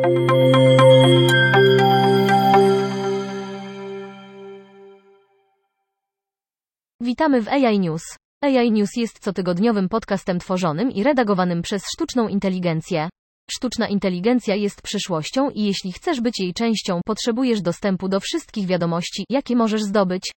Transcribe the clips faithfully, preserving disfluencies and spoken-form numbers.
Witamy w A I News. A I News jest cotygodniowym podcastem tworzonym i redagowanym przez sztuczną inteligencję. Sztuczna inteligencja jest przyszłością i jeśli chcesz być jej częścią, potrzebujesz dostępu do wszystkich wiadomości, jakie możesz zdobyć.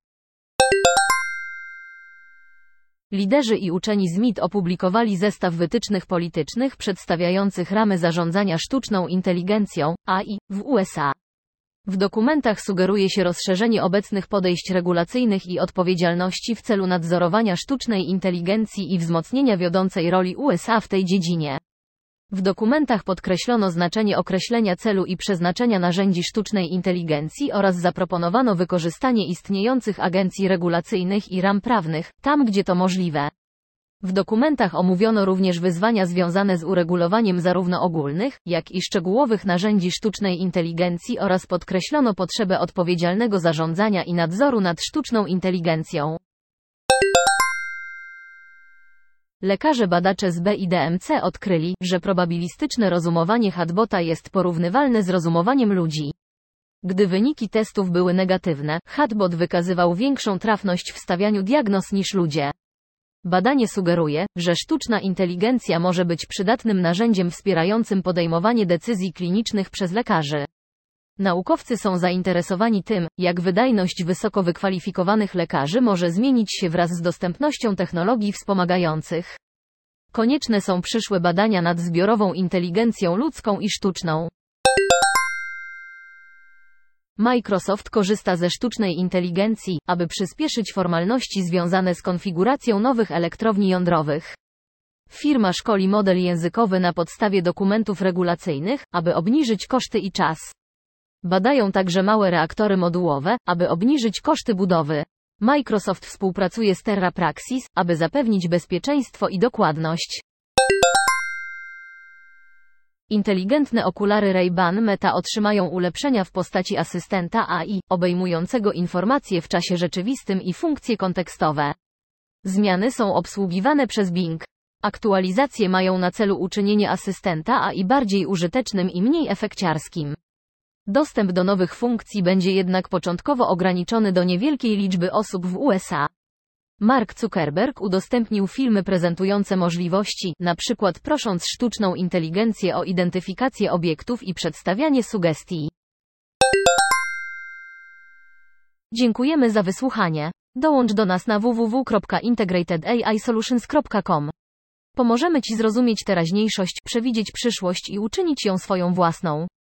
Liderzy i uczeni z M I T opublikowali zestaw wytycznych politycznych przedstawiających ramy zarządzania sztuczną inteligencją A I w U S A. W dokumentach sugeruje się rozszerzenie obecnych podejść regulacyjnych i odpowiedzialności w celu nadzorowania sztucznej inteligencji i wzmocnienia wiodącej roli U S A w tej dziedzinie. W dokumentach podkreślono znaczenie określenia celu i przeznaczenia narzędzi sztucznej inteligencji oraz zaproponowano wykorzystanie istniejących agencji regulacyjnych i ram prawnych, tam gdzie to możliwe. W dokumentach omówiono również wyzwania związane z uregulowaniem zarówno ogólnych, jak i szczegółowych narzędzi sztucznej inteligencji oraz podkreślono potrzebę odpowiedzialnego zarządzania i nadzoru nad sztuczną inteligencją. Lekarze badacze z B I D M C odkryli, że probabilistyczne rozumowanie chatbota jest porównywalne z rozumowaniem ludzi. Gdy wyniki testów były negatywne, chatbot wykazywał większą trafność w stawianiu diagnoz niż ludzie. Badanie sugeruje, że sztuczna inteligencja może być przydatnym narzędziem wspierającym podejmowanie decyzji klinicznych przez lekarzy. Naukowcy są zainteresowani tym, jak wydajność wysoko wykwalifikowanych lekarzy może zmienić się wraz z dostępnością technologii wspomagających. Konieczne są przyszłe badania nad zbiorową inteligencją ludzką i sztuczną. Microsoft korzysta ze sztucznej inteligencji, aby przyspieszyć formalności związane z konfiguracją nowych elektrowni jądrowych. Firma szkoli model językowy na podstawie dokumentów regulacyjnych, aby obniżyć koszty i czas. Badają także małe reaktory modułowe, aby obniżyć koszty budowy. Microsoft współpracuje z Terra Praxis, aby zapewnić bezpieczeństwo i dokładność. Inteligentne okulary Ray-Ban Meta otrzymają ulepszenia w postaci asystenta A I, obejmującego informacje w czasie rzeczywistym i funkcje kontekstowe. Zmiany są obsługiwane przez Bing. Aktualizacje mają na celu uczynienie asystenta A I bardziej użytecznym i mniej efekciarskim. Dostęp do nowych funkcji będzie jednak początkowo ograniczony do niewielkiej liczby osób w U S A. Mark Zuckerberg udostępnił filmy prezentujące możliwości, na przykład prosząc sztuczną inteligencję o identyfikację obiektów i przedstawianie sugestii. Dziękujemy za wysłuchanie. Dołącz do nas na w w w kropka integrated a i solutions kropka com. Pomożemy Ci zrozumieć teraźniejszość, przewidzieć przyszłość i uczynić ją swoją własną.